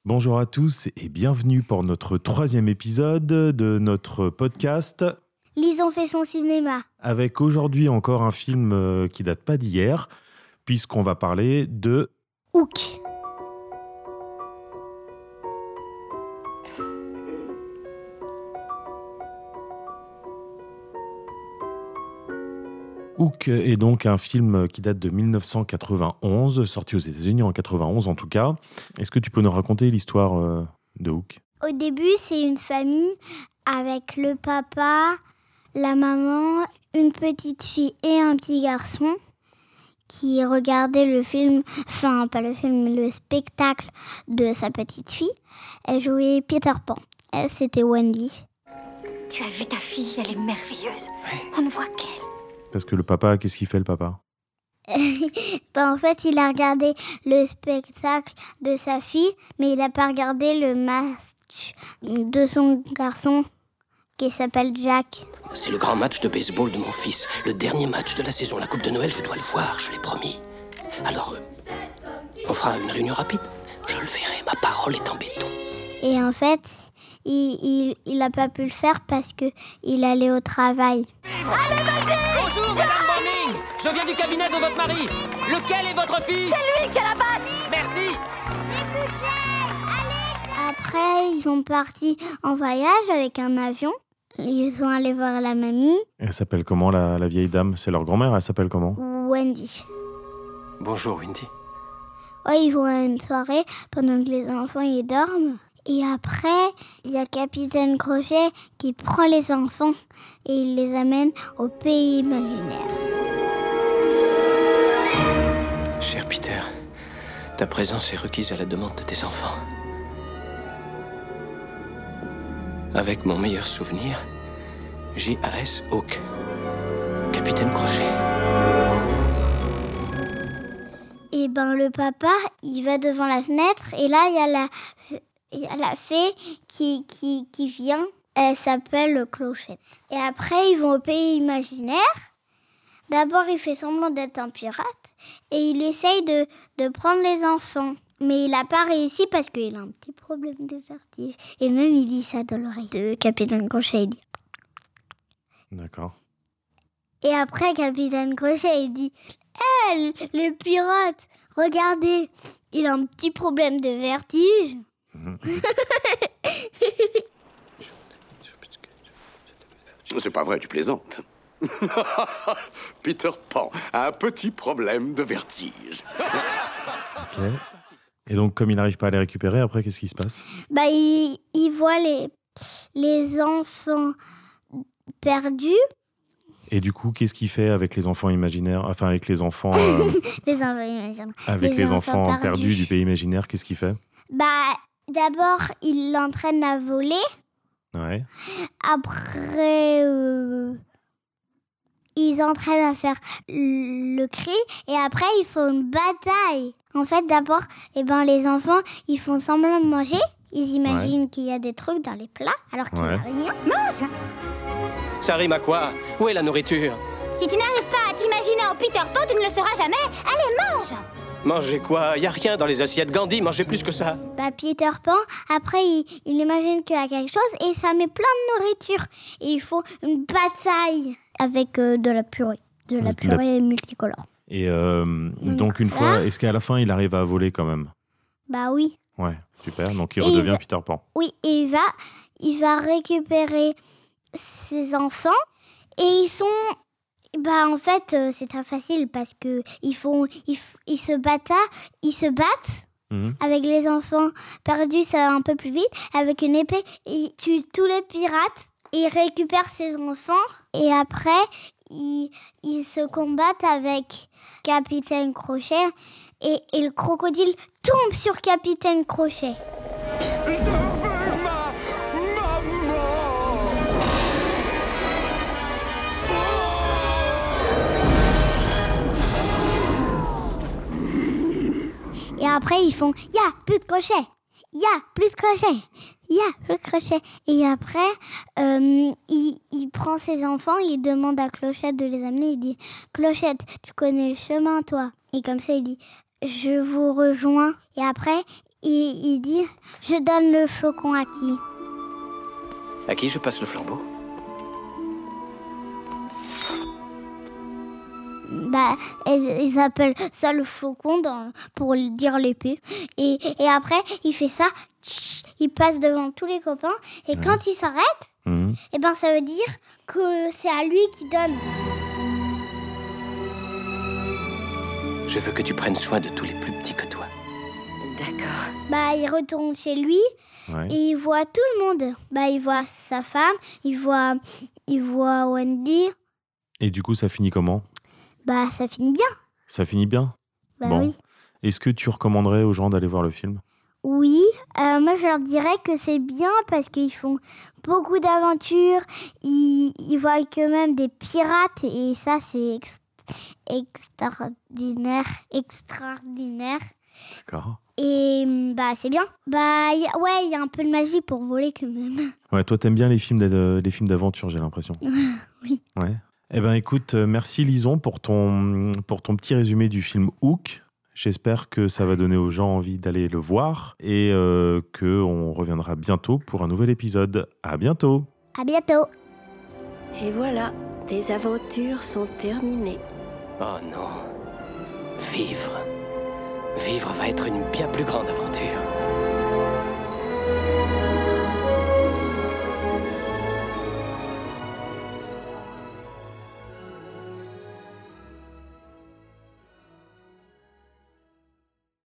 Bonjour à tous et bienvenue pour notre 3e épisode de notre podcast. Lison fait son cinéma. Avec aujourd'hui encore un film qui date pas d'hier, puisqu'on va parler de Hook. Hook est donc un film qui date de 1991, sorti aux États-Unis en 91 en tout cas. Est-ce que tu peux nous raconter l'histoire de Hook ? Au début, c'est une famille avec le papa, la maman, une petite fille et un petit garçon qui regardait le film, enfin pas le film, mais le spectacle de sa petite fille. Elle jouait Peter Pan. Elle, c'était Wendy. Tu as vu ta fille, elle est merveilleuse. On ne voit qu'elle. Parce que le papa, qu'est-ce qu'il fait le papa ? En fait, il a regardé le spectacle de sa fille, mais il n'a pas regardé le match de son garçon qui s'appelle Jack. C'est le grand match de baseball de mon fils. Le dernier match de la saison, la Coupe de Noël, je dois le voir, je l'ai promis. Alors, on fera une réunion rapide. Je le verrai, ma parole est en béton. Et en fait, il n'a pas pu le faire parce qu'il allait au travail. Allez, vas-y! Bonjour, Madame Bonning. Je viens du cabinet de votre mari. Lequel est votre fils? C'est lui qui a la bague! Merci. Après, ils sont partis en voyage avec un avion. Ils sont allés voir la mamie, Elle s'appelle comment la vieille dame ? C'est leur grand-mère, elle s'appelle comment ? Wendy. Bonjour, Wendy. Ouais, ils vont à une soirée pendant que les enfants y dorment. Et après, il y a Capitaine Crochet qui prend les enfants et il les amène au pays imaginaire. Cher Peter, ta présence est requise à la demande de tes enfants. Avec mon meilleur souvenir, J.A.S. Hook, Capitaine Crochet. Et le papa, il va devant la fenêtre et là, il y a la fée qui vient. Elle s'appelle Clochette. Et après, ils vont au pays imaginaire. D'abord, il fait semblant d'être un pirate et il essaye de prendre les enfants. Mais il n'a pas réussi parce qu'il a un petit problème de vertige. Et même, il dit ça dans l'oreille de Capitaine Crochet. Il dit... D'accord. Et après, Capitaine Crochet, il dit « Elle, le pirate, regardez, il a un petit problème de vertige. » C'est pas vrai, tu plaisantes. Peter Pan a un petit problème de vertige. Ok. Et donc, comme il n'arrive pas à les récupérer, après, qu'est-ce qui se passe ? Il voit les enfants perdus. Et du coup, qu'est-ce qu'il fait avec les enfants imaginaires ? Enfin, avec les enfants... Les enfants imaginaires. avec les enfants perdus du pays imaginaire, qu'est-ce qu'il fait ? D'abord, il l'entraîne à voler. Ouais. Après, ils entraînent à faire le cri. Et après, ils font une bataille. En fait, d'abord, les enfants, ils font semblant de manger. Ils imaginent qu'il y a des trucs dans les plats, alors qu'il n'y a rien. Mange! Ça rime à quoi? Où est la nourriture? Si tu n'arrives pas à t'imaginer en Peter Pan, tu ne le seras jamais. Allez, mange! Mangez quoi? Y a rien dans les assiettes. Gandhi, mangez plus que ça. Peter Pan, après, il imagine qu'il y a quelque chose et ça met plein de nourriture. Et il faut une bataille avec de la purée. De la purée multicolore. Et donc, une fois, est-ce qu'à la fin, il arrive à voler quand même ? Oui. Ouais, super. Donc, il redevient Peter Pan. Oui, et il va récupérer ses enfants. Et ils sont... en fait, c'est très facile parce que ils se battent avec les enfants perdus, ça va un peu plus vite. Avec une épée, ils tuent tous les pirates. Ils récupèrent ses enfants. Et après, ils se combattent avec Capitaine Crochet. Et le crocodile tombe sur Capitaine Crochet. Je veux ma maman. Et après, ils font « Ya, plus de crochet !» « Ya, plus de crochet !» « Ya, plus de crochet !» Et après, il prend ses enfants, il demande à Clochette de les amener. Il dit « Clochette, tu connais le chemin, toi ?» Et comme ça, il dit « Je vous rejoins. » Et après, il dit « Je donne le flocon à qui ?» À qui je passe le flambeau? Bah, ils appellent ça le flocon pour dire l'épée. Et après, il fait ça, il passe devant tous les copains. Et quand il s'arrête, et ben ça veut dire que c'est à lui qui donne. Je veux que tu prennes soin de tous les plus petits que toi. D'accord. Bah, il retourne chez lui et il voit tout le monde. Bah, il voit sa femme, il voit Wendy. Et du coup, ça finit comment? Bah, ça finit bien. Ça finit bien? Bah Bon. oui. Est-ce que tu recommanderais aux gens d'aller voir le film? Oui, moi je leur dirais que c'est bien parce qu'ils font beaucoup d'aventures, ils voient quand même des pirates et ça c'est extraordinaire. D'accord. Et bah c'est bien. Bah il y a un peu de magie pour voler quand même. Ouais, toi t'aimes bien les films d'aventure, j'ai l'impression. Oui. Ouais. Eh ben écoute, merci Lison pour ton petit résumé du film Hook. J'espère que ça va donner aux gens envie d'aller le voir et qu'on reviendra bientôt pour un nouvel épisode. À bientôt. À bientôt. Et voilà, tes aventures sont terminées. Oh non. Vivre va être une bien plus grande aventure.